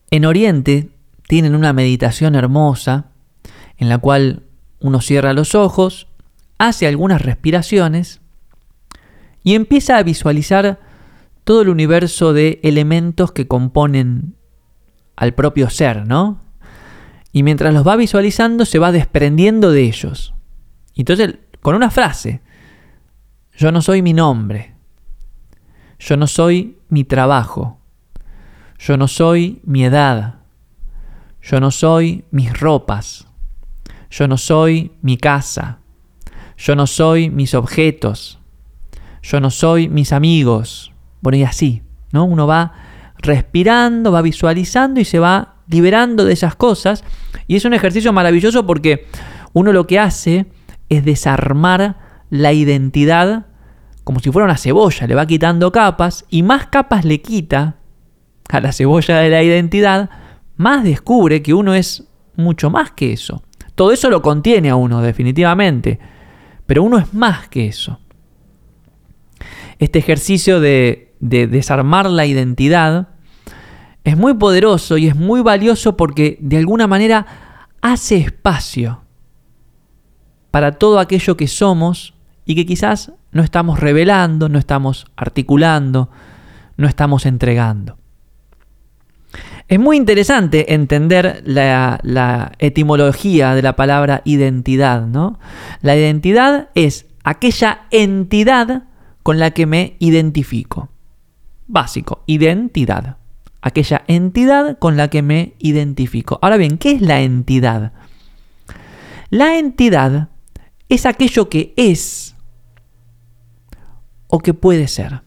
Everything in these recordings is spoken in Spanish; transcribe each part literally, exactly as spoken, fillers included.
En Oriente tienen una meditación hermosa en la cual uno cierra los ojos, hace algunas respiraciones y empieza a visualizar todo el universo de elementos que componen al propio ser, ¿no? Y mientras los va visualizando se va desprendiendo de ellos. Entonces, con una frase: yo no soy mi nombre, yo no soy mi trabajo, yo no soy mi edad, yo no soy mis ropas, yo no soy mi casa, yo no soy mis objetos, yo no soy mis amigos. Bueno, y así, ¿no? Uno va respirando, va visualizando y se va liberando de esas cosas. Y es un ejercicio maravilloso porque uno lo que hace es desarmar la identidad como si fuera una cebolla. Le va quitando capas y más capas le quita a la cebolla de la identidad, más descubre que uno es mucho más que eso. Todo eso lo contiene a uno, definitivamente, pero uno es más que eso. Este ejercicio de, de desarmar la identidad es muy poderoso y es muy valioso porque de alguna manera hace espacio para todo aquello que somos y que quizás no estamos revelando, no estamos articulando, no estamos entregando. Es muy interesante entender la, la etimología de la palabra identidad, ¿no? La identidad es aquella entidad con la que me identifico. Básico, identidad. Aquella entidad con la que me identifico. Ahora bien, ¿qué es la entidad? La entidad es aquello que es o que puede ser.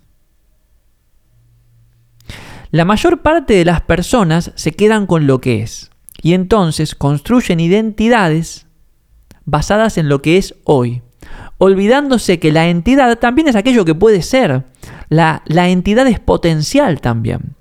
La mayor parte de las personas se quedan con lo que es y entonces construyen identidades basadas en lo que es hoy, olvidándose que la entidad también es aquello que puede ser. La, la entidad es potencial también.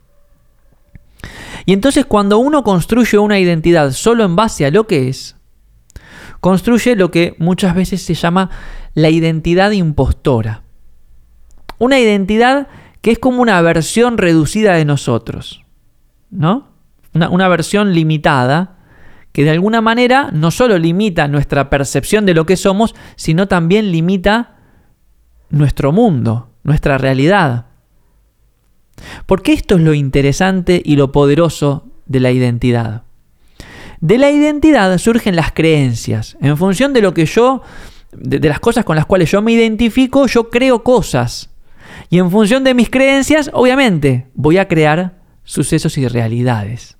Y entonces cuando uno construye una identidad solo en base a lo que es, construye lo que muchas veces se llama la identidad impostora. Una identidad que es como una versión reducida de nosotros, ¿no? Una, una versión limitada que de alguna manera no solo limita nuestra percepción de lo que somos, sino también limita nuestro mundo, nuestra realidad. Porque esto es lo interesante y lo poderoso de la identidad. De la identidad surgen las creencias. En función de lo que yo, de, de las cosas con las cuales yo me identifico, yo creo cosas. Y en función de mis creencias, obviamente, voy a crear sucesos y realidades.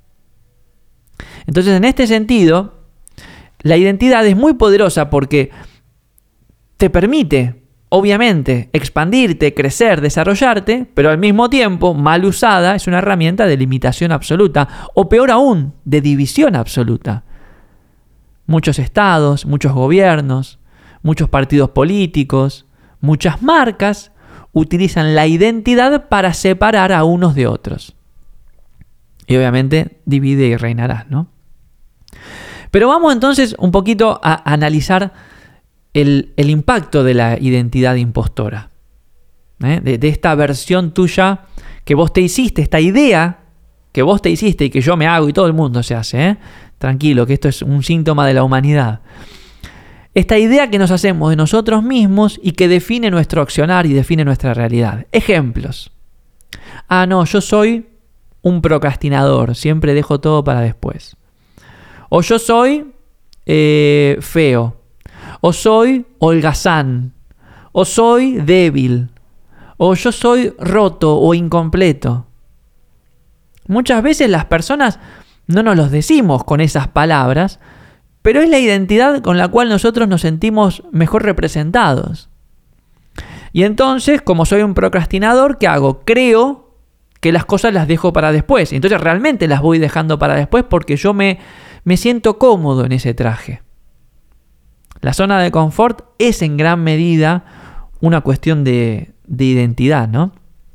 Entonces, en este sentido, la identidad es muy poderosa porque te permite, obviamente, expandirte, crecer, desarrollarte, pero al mismo tiempo, mal usada, es una herramienta de limitación absoluta, o peor aún, de división absoluta. Muchos estados, muchos gobiernos, muchos partidos políticos, muchas marcas utilizan la identidad para separar a unos de otros. Y obviamente divide y reinarás, ¿no? Pero vamos entonces un poquito a analizar el, el impacto de la identidad impostora. ¿eh? De, de esta versión tuya que vos te hiciste, esta idea que vos te hiciste y que yo me hago y todo el mundo se hace. ¿eh? Tranquilo, que esto es un síntoma de la humanidad. Esta idea que nos hacemos de nosotros mismos y que define nuestro accionar y define nuestra realidad. Ejemplos. Ah, no, yo soy un procrastinador, siempre dejo todo para después. O yo soy eh, feo. O soy holgazán. O soy débil. O yo soy roto o incompleto. Muchas veces las personas no nos los decimos con esas palabras, pero es la identidad con la cual nosotros nos sentimos mejor representados. Y entonces, como soy un procrastinador, ¿qué hago? Creo que las cosas las dejo para después. Entonces realmente las voy dejando para después porque yo me, me siento cómodo en ese traje. La zona de confort es en gran medida una cuestión de, de identidad, ¿no?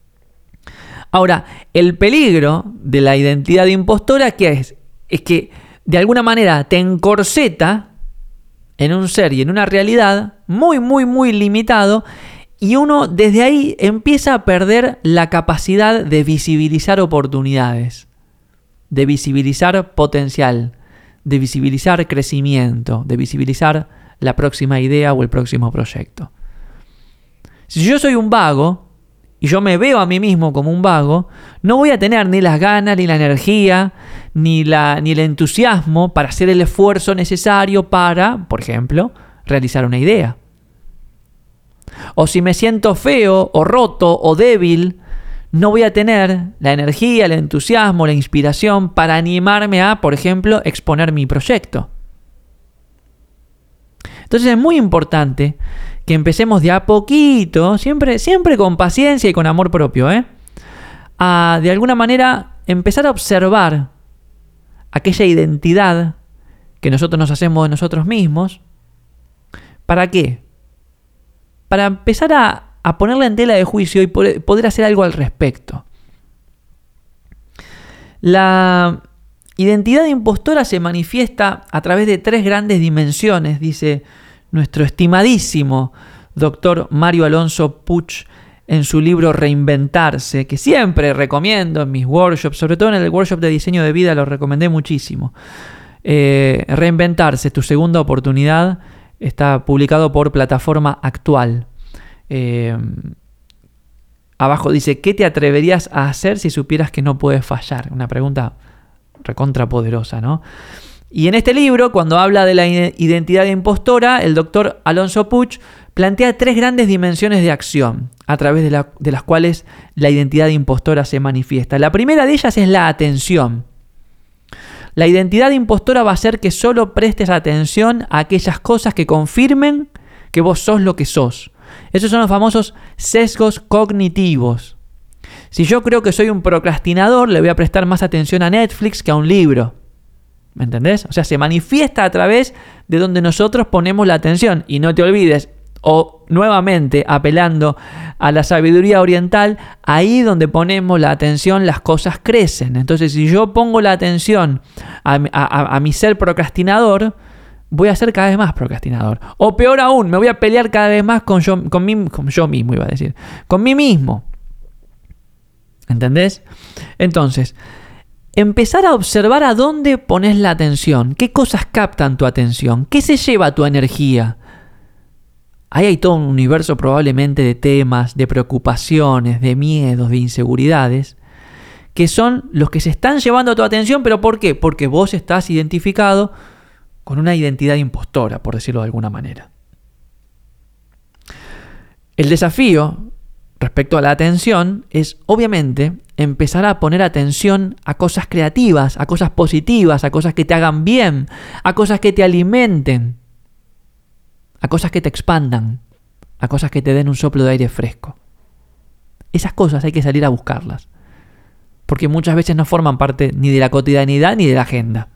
Ahora, el peligro de la identidad impostora, ¿qué es? Es que de alguna manera te encorseta en un ser y en una realidad muy, muy, muy limitado y uno desde ahí empieza a perder la capacidad de visibilizar oportunidades, de visibilizar potencial, de visibilizar crecimiento, de visibilizar la próxima idea o el próximo proyecto. Si yo soy un vago y yo me veo a mí mismo como un vago, no voy a tener ni las ganas, ni la energía, ni, la, ni el entusiasmo para hacer el esfuerzo necesario para, por ejemplo, realizar una idea. O si me siento feo o roto o débil, no voy a tener la energía, el entusiasmo, la inspiración para animarme a, por ejemplo, exponer mi proyecto. Entonces es muy importante que empecemos de a poquito, siempre, siempre con paciencia y con amor propio, ¿eh? a de alguna manera empezar a observar aquella identidad que nosotros nos hacemos de nosotros mismos. ¿Para qué? Para empezar a, a ponerla en tela de juicio y poder, poder hacer algo al respecto. La identidad impostora se manifiesta a través de tres grandes dimensiones, dice nuestro estimadísimo doctor Mario Alonso Puig en su libro Reinventarse, que siempre recomiendo en mis workshops, sobre todo en el workshop de diseño de vida lo recomendé muchísimo. Eh, Reinventarse, tu segunda oportunidad, está publicado por Plataforma Actual. Eh, abajo dice, ¿qué te atreverías a hacer si supieras que no puedes fallar? Una pregunta recontrapoderosa, ¿no? Y en este libro, cuando habla de la identidad impostora, el doctor Alonso Puig plantea tres grandes dimensiones de acción a través de, la, de las cuales la identidad impostora se manifiesta. La primera de ellas es la atención. La identidad impostora va a hacer que solo prestes atención a aquellas cosas que confirmen que vos sos lo que sos. Esos son los famosos sesgos cognitivos. Si yo creo que soy un procrastinador, le voy a prestar más atención a Netflix que a un libro. ¿Me entendés? O sea, se manifiesta a través de donde nosotros ponemos la atención. Y no te olvides, o nuevamente apelando a la sabiduría oriental, ahí donde ponemos la atención las cosas crecen. Entonces, si yo pongo la atención a, a, a mi ser procrastinador, voy a ser cada vez más procrastinador. O peor aún, me voy a pelear cada vez más con yo, con mí, con yo mismo, iba a decir. Con mí mismo. ¿Entendés? Entonces, empezar a observar a dónde pones la atención, qué cosas captan tu atención, qué se lleva tu energía. Ahí hay todo un universo probablemente de temas, de preocupaciones, de miedos, de inseguridades, que son los que se están llevando tu atención, pero ¿por qué? Porque vos estás identificado con una identidad impostora, por decirlo de alguna manera. El desafío respecto a la atención es, obviamente, empezar a poner atención a cosas creativas, a cosas positivas, a cosas que te hagan bien, a cosas que te alimenten, a cosas que te expandan, a cosas que te den un soplo de aire fresco. Esas cosas hay que salir a buscarlas, porque muchas veces no forman parte ni de la cotidianidad ni de la agenda.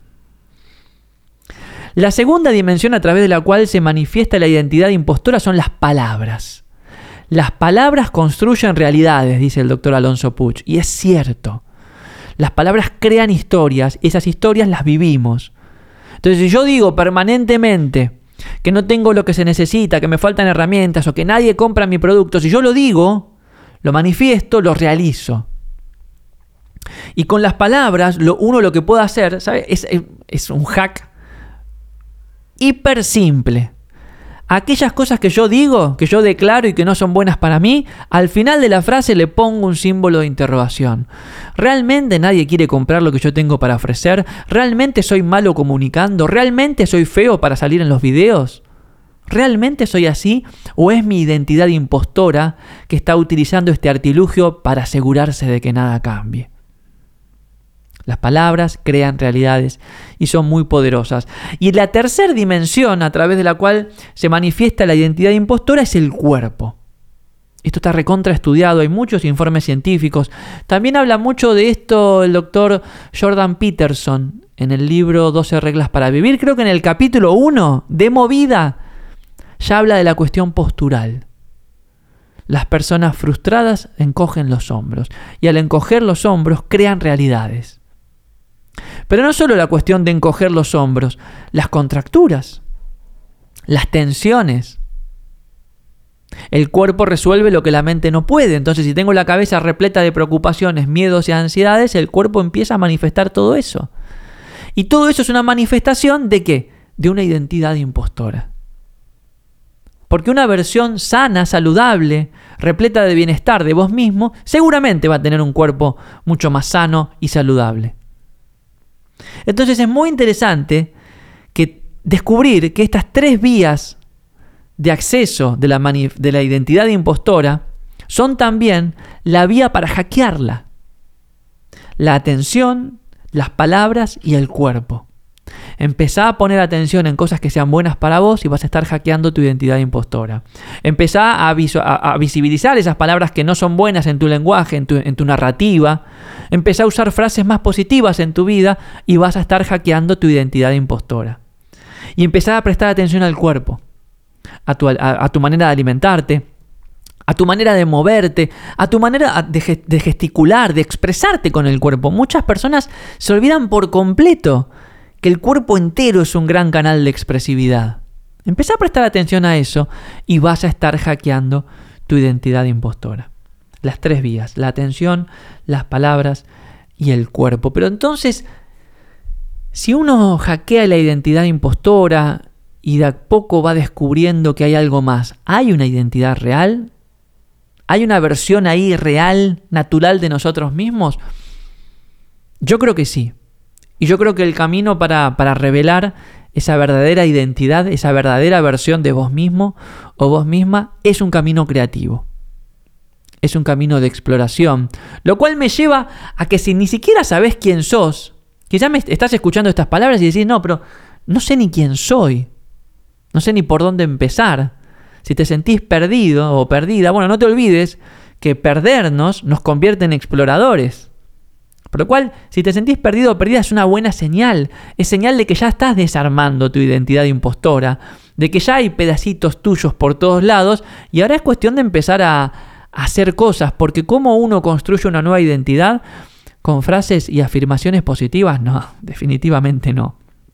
La segunda dimensión a través de la cual se manifiesta la identidad impostora son las palabras. Las palabras construyen realidades, dice el doctor Alonso Puig, y es cierto. Las palabras crean historias, y esas historias las vivimos. Entonces, si yo digo permanentemente que no tengo lo que se necesita, que me faltan herramientas o que nadie compra mi producto, si yo lo digo, lo manifiesto, lo realizo. Y con las palabras, lo, uno lo que puede hacer, ¿sabe? Es, es, es un hack hiper simple. Aquellas cosas que yo digo, que yo declaro y que no son buenas para mí, al final de la frase le pongo un símbolo de interrogación. ¿Realmente nadie quiere comprar lo que yo tengo para ofrecer? ¿Realmente soy malo comunicando? ¿Realmente soy feo para salir en los videos? ¿Realmente soy así? ¿O es mi identidad impostora que está utilizando este artilugio para asegurarse de que nada cambie? Las palabras crean realidades y son muy poderosas. Y la tercera dimensión a través de la cual se manifiesta la identidad impostora es el cuerpo. Esto está recontra estudiado, hay muchos informes científicos. También habla mucho de esto el doctor Jordan Peterson en el libro doce reglas para vivir. Creo que en el capítulo uno de Movida ya habla de la cuestión postural. Las personas frustradas encogen los hombros y al encoger los hombros crean realidades. Pero no solo la cuestión de encoger los hombros, las contracturas, las tensiones. El cuerpo resuelve lo que la mente no puede. Entonces, si tengo la cabeza repleta de preocupaciones, miedos y ansiedades, el cuerpo empieza a manifestar todo eso. Y todo eso es una manifestación ¿de qué? De una identidad impostora. Porque una versión sana, saludable, repleta de bienestar de vos mismo, seguramente va a tener un cuerpo mucho más sano y saludable. Entonces es muy interesante que descubrir que estas tres vías de acceso de la, manif- de la identidad impostora son también la vía para hackearla. La atención, las palabras y el cuerpo. Empezá a poner atención en cosas que sean buenas para vos y vas a estar hackeando tu identidad impostora. Empezá a, visu- a, a visibilizar esas palabras que no son buenas en tu lenguaje, en tu, en tu narrativa. Empezá a usar frases más positivas en tu vida y vas a estar hackeando tu identidad impostora. Y empezá a prestar atención al cuerpo, a tu, a, a tu manera de alimentarte, a tu manera de moverte, a tu manera de, de gesticular, de expresarte con el cuerpo. Muchas personas se olvidan por completo que el cuerpo entero es un gran canal de expresividad. Empezá a prestar atención a eso y vas a estar hackeando tu identidad impostora. Las tres vías, la atención, las palabras y el cuerpo. Pero entonces, si uno hackea la identidad impostora y de a poco va descubriendo que hay algo más, ¿hay una identidad real? ¿Hay una versión ahí real, natural de nosotros mismos? Yo creo que sí. Y yo creo que el camino para, para revelar esa verdadera identidad, esa verdadera versión de vos mismo o vos misma, es un camino creativo. Es un camino de exploración. Lo cual me lleva a que si ni siquiera sabés quién sos, que ya me estás escuchando estas palabras y decís, no, pero no sé ni quién soy. No sé ni por dónde empezar. Si te sentís perdido o perdida, bueno, no te olvides que perdernos nos convierte en exploradores. Por lo cual, si te sentís perdido o perdida es una buena señal. Es señal de que ya estás desarmando tu identidad impostora, de que ya hay pedacitos tuyos por todos lados y ahora es cuestión de empezar a, a hacer cosas, porque ¿cómo uno construye una nueva identidad con frases y afirmaciones positivas? No, definitivamente no.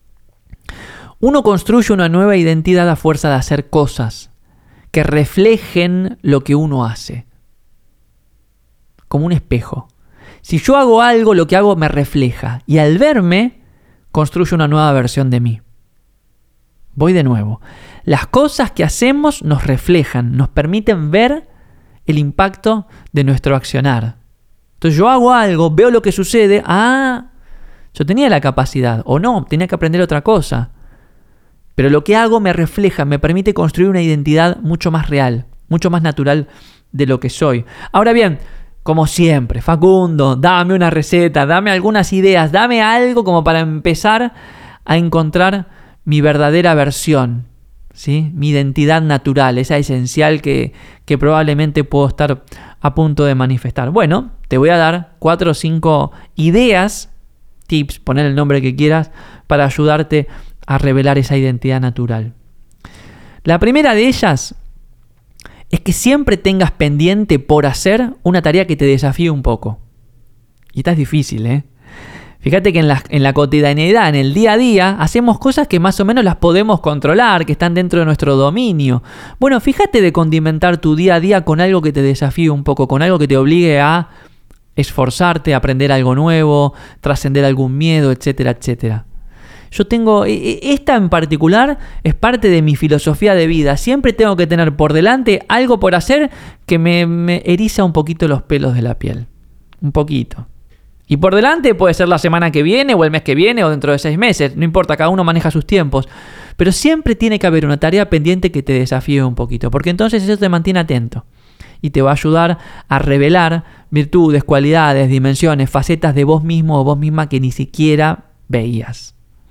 Uno construye una nueva identidad a fuerza de hacer cosas que reflejen lo que uno hace. Como un espejo. Si yo hago algo, lo que hago me refleja. Y al verme, construyo una nueva versión de mí. Voy de nuevo. Las cosas que hacemos nos reflejan, nos permiten ver el impacto de nuestro accionar. Entonces yo hago algo, veo lo que sucede. Ah, yo tenía la capacidad. O no, tenía que aprender otra cosa. Pero lo que hago me refleja, me permite construir una identidad mucho más real, mucho más natural de lo que soy. Ahora bien, como siempre, Facundo, dame una receta, dame algunas ideas, dame algo como para empezar a encontrar mi verdadera versión, ¿sí? Mi identidad natural, esa esencial que, que probablemente puedo estar a punto de manifestar. Bueno, te voy a dar cuatro o cinco ideas, tips, poner el nombre que quieras, para ayudarte a revelar esa identidad natural. La primera de ellas es que siempre tengas pendiente por hacer una tarea que te desafíe un poco. Y esta es difícil, ¿eh? Fíjate que en la, en la cotidianidad, en el día a día, hacemos cosas que más o menos las podemos controlar, que están dentro de nuestro dominio. Bueno, fíjate de condimentar tu día a día con algo que te desafíe un poco, con algo que te obligue a esforzarte, a aprender algo nuevo, trascender algún miedo, etcétera, etcétera. Yo tengo, esta en particular es parte de mi filosofía de vida. Siempre tengo que tener por delante algo por hacer que me, me eriza un poquito los pelos de la piel. Un poquito. Y por delante puede ser la semana que viene o el mes que viene o dentro de seis meses. No importa, cada uno maneja sus tiempos. Pero siempre tiene que haber una tarea pendiente que te desafíe un poquito. Porque entonces eso te mantiene atento. Y te va a ayudar a revelar virtudes, cualidades, dimensiones, facetas de vos mismo o vos misma que ni siquiera veías.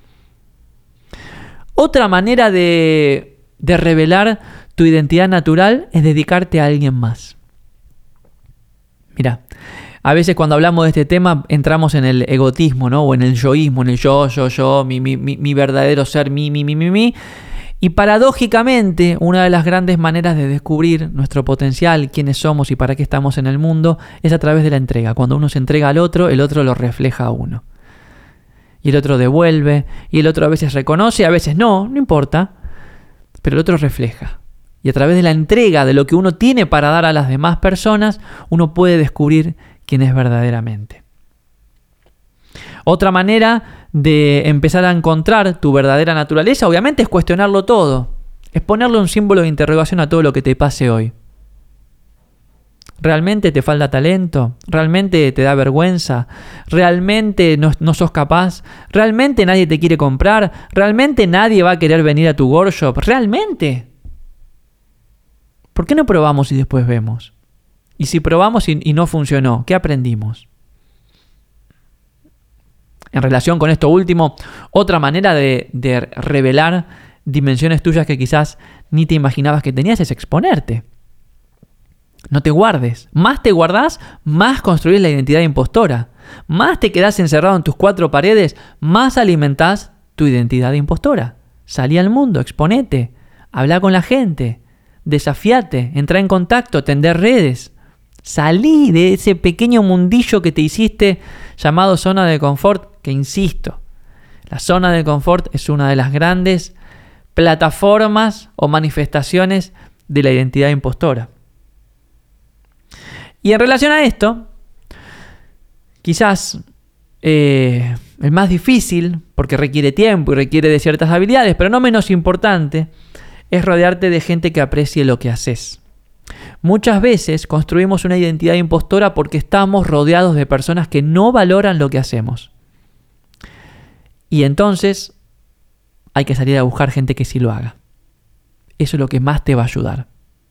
Otra manera de, de revelar tu identidad natural es dedicarte a alguien más. Mira, a veces cuando hablamos de este tema entramos en el egotismo, ¿no? O en el yoísmo, en el yo, yo, yo, mi, mi, mi, mi verdadero ser, mi, mi, mi, mi, mi. Y paradójicamente, una de las grandes maneras de descubrir nuestro potencial, quiénes somos y para qué estamos en el mundo, es a través de la entrega. Cuando uno se entrega al otro, el otro lo refleja a uno. Y el otro devuelve, y el otro a veces reconoce, a veces no, no importa, pero el otro refleja. Y a través de la entrega de lo que uno tiene para dar a las demás personas, uno puede descubrir quién es verdaderamente. Otra manera de empezar a encontrar tu verdadera naturaleza, obviamente, es cuestionarlo todo. Es ponerle un símbolo de interrogación a todo lo que te pase hoy. ¿Realmente te falta talento? ¿Realmente te da vergüenza? ¿Realmente no, no sos capaz? ¿Realmente nadie te quiere comprar? ¿Realmente nadie va a querer venir a tu workshop? ¿Realmente? ¿Por qué no probamos y después vemos? Y si probamos y, y no funcionó, ¿qué aprendimos? En relación con esto último, otra manera de, de revelar dimensiones tuyas que quizás ni te imaginabas que tenías es exponerte. No te guardes. Más te guardás, más construís la identidad impostora. Más te quedás encerrado en tus cuatro paredes, más alimentás tu identidad impostora. Salí al mundo, exponete, habla con la gente, desafíate, entra en contacto, tender redes. Salí de ese pequeño mundillo que te hiciste llamado zona de confort, que insisto, la zona de confort es una de las grandes plataformas o manifestaciones de la identidad impostora. Y en relación a esto, quizás eh, el más difícil, porque requiere tiempo y requiere de ciertas habilidades, pero no menos importante, es rodearte de gente que aprecie lo que haces. Muchas veces construimos una identidad impostora porque estamos rodeados de personas que no valoran lo que hacemos. Y entonces hay que salir a buscar gente que sí lo haga. Eso es lo que más te va a ayudar.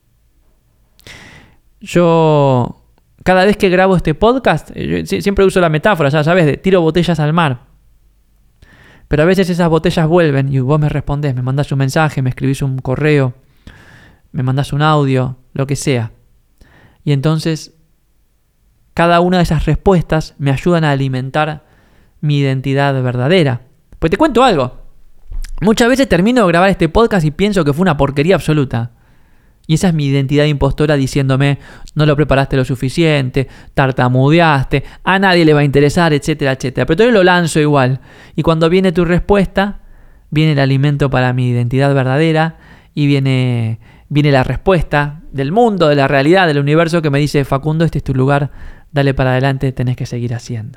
Yo, cada vez que grabo este podcast, yo siempre uso la metáfora, ya sabes, de tiro botellas al mar. Pero a veces esas botellas vuelven y vos me respondés, me mandás un mensaje, me escribís un correo, me mandás un audio, lo que sea. Y entonces, cada una de esas respuestas me ayudan a alimentar mi identidad verdadera. Pues te cuento algo. Muchas veces termino de grabar este podcast y pienso que fue una porquería absoluta. Y esa es mi identidad impostora diciéndome, no lo preparaste lo suficiente, tartamudeaste, a nadie le va a interesar, etcétera, etcétera. Pero todavía lo lanzo igual. Y cuando viene tu respuesta, viene el alimento para mi identidad verdadera y viene, viene la respuesta del mundo, de la realidad, del universo que me dice, Facundo, este es tu lugar, dale para adelante, tenés que seguir haciendo.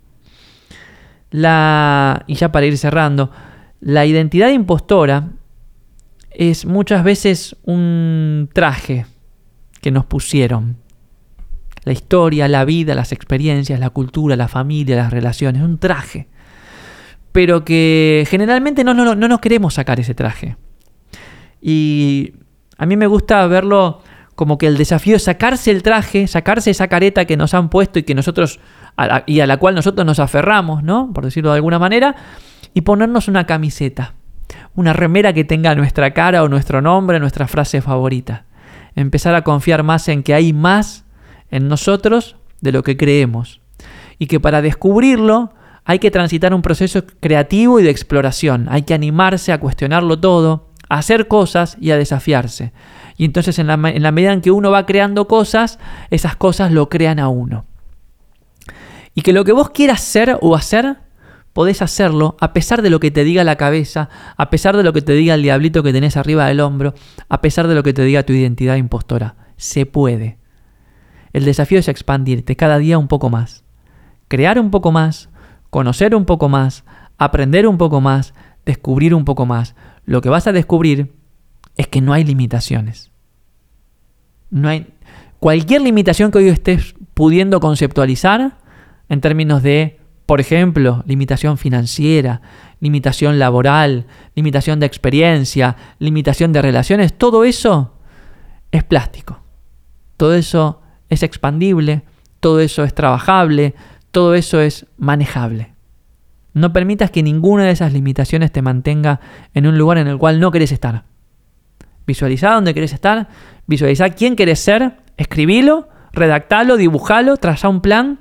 La, y ya para ir cerrando, la identidad impostora es muchas veces un traje que nos pusieron. La historia, la vida, las experiencias, la cultura, la familia, las relaciones, un traje. Pero que generalmente no, no, no nos queremos sacar ese traje. Y a mí me gusta verlo como que el desafío es sacarse el traje, sacarse esa careta que nos han puesto y que nosotros a la, y a la cual nosotros nos aferramos, ¿no? Por decirlo de alguna manera, y ponernos una camiseta, una remera que tenga nuestra cara o nuestro nombre, nuestra frase favorita. Empezar a confiar más en que hay más en nosotros de lo que creemos. Y que para descubrirlo hay que transitar un proceso creativo y de exploración. Hay que animarse a cuestionarlo todo, a hacer cosas y a desafiarse. Y entonces en la, en la medida en que uno va creando cosas, esas cosas lo crean a uno. Y que lo que vos quieras ser o hacer, podés hacerlo a pesar de lo que te diga la cabeza, a pesar de lo que te diga el diablito que tenés arriba del hombro, a pesar de lo que te diga tu identidad impostora. Se puede. El desafío es expandirte cada día un poco más. Crear un poco más, conocer un poco más, aprender un poco más, descubrir un poco más. Lo que vas a descubrir es que no hay limitaciones. No hay cualquier limitación que hoy estés pudiendo conceptualizar en términos de, por ejemplo, limitación financiera, limitación laboral, limitación de experiencia, limitación de relaciones, todo eso es plástico. Todo eso es expandible, todo eso es trabajable, todo eso es manejable. No permitas que ninguna de esas limitaciones te mantenga en un lugar en el cual no querés estar. Visualizá dónde querés estar, visualizá quién querés ser, escribilo, redactalo, dibujalo, trazá un plan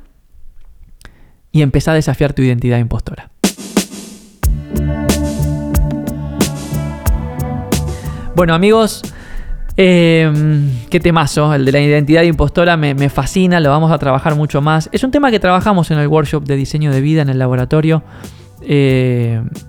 y empezá a desafiar tu identidad impostora. Bueno, amigos, eh, qué temazo, el de la identidad impostora me, me fascina, lo vamos a trabajar mucho más. Es un tema que trabajamos en el workshop de diseño de vida en el laboratorio. Eh,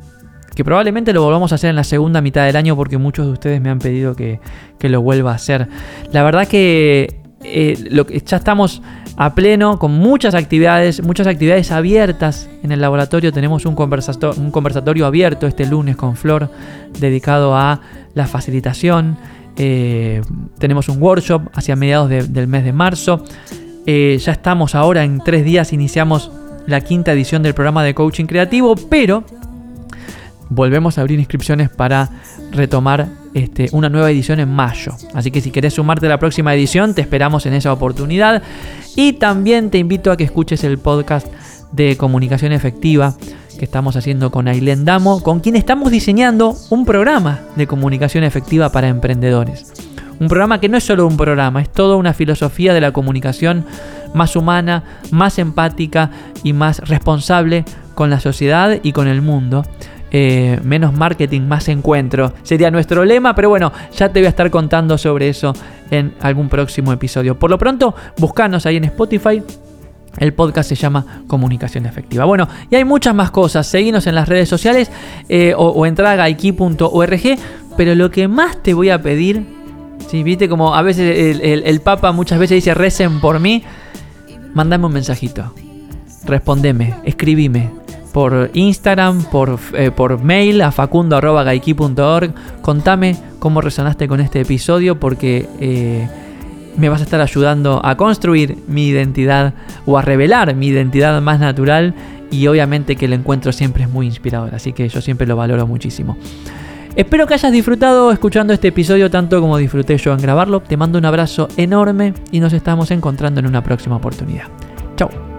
que probablemente lo volvamos a hacer en la segunda mitad del año porque muchos de ustedes me han pedido que, que lo vuelva a hacer. La verdad que eh, lo, ya estamos a pleno con muchas actividades, muchas actividades abiertas en el laboratorio. Tenemos un conversato- un conversatorio abierto este lunes con Flor dedicado a la facilitación. Eh, tenemos un workshop hacia mediados de, del mes de marzo. Eh, ya estamos ahora, en tres días iniciamos la quinta edición del programa de coaching creativo, pero volvemos a abrir inscripciones para retomar este, una nueva edición en mayo. Así que si querés sumarte a la próxima edición, te esperamos en esa oportunidad. Y también te invito a que escuches el podcast de Comunicación Efectiva que estamos haciendo con Ailén Damo, con quien estamos diseñando un programa de comunicación efectiva para emprendedores. Un programa que no es solo un programa, es toda una filosofía de la comunicación más humana, más empática y más responsable con la sociedad y con el mundo. Eh, menos marketing, más encuentro sería nuestro lema, pero bueno, ya te voy a estar contando sobre eso en algún próximo episodio. Por lo pronto, buscanos ahí en Spotify. El podcast se llama Comunicación Efectiva. Bueno, y hay muchas más cosas. Seguinos en las redes sociales eh, o, o entra a gaiki punto org. Pero lo que más te voy a pedir, ¿sí? Viste como a veces el, el, el Papa muchas veces dice recen por mí. Mandame un mensajito. Respondeme, escribime por Instagram, por, eh, por mail a facundo arroba gaiki punto org. Contame cómo resonaste con este episodio porque eh, me vas a estar ayudando a construir mi identidad o a revelar mi identidad más natural, y obviamente que el encuentro siempre es muy inspirador, así que yo siempre lo valoro muchísimo. Espero que hayas disfrutado escuchando este episodio tanto como disfruté yo en grabarlo. Te mando un abrazo enorme y nos estamos encontrando en una próxima oportunidad. Chau.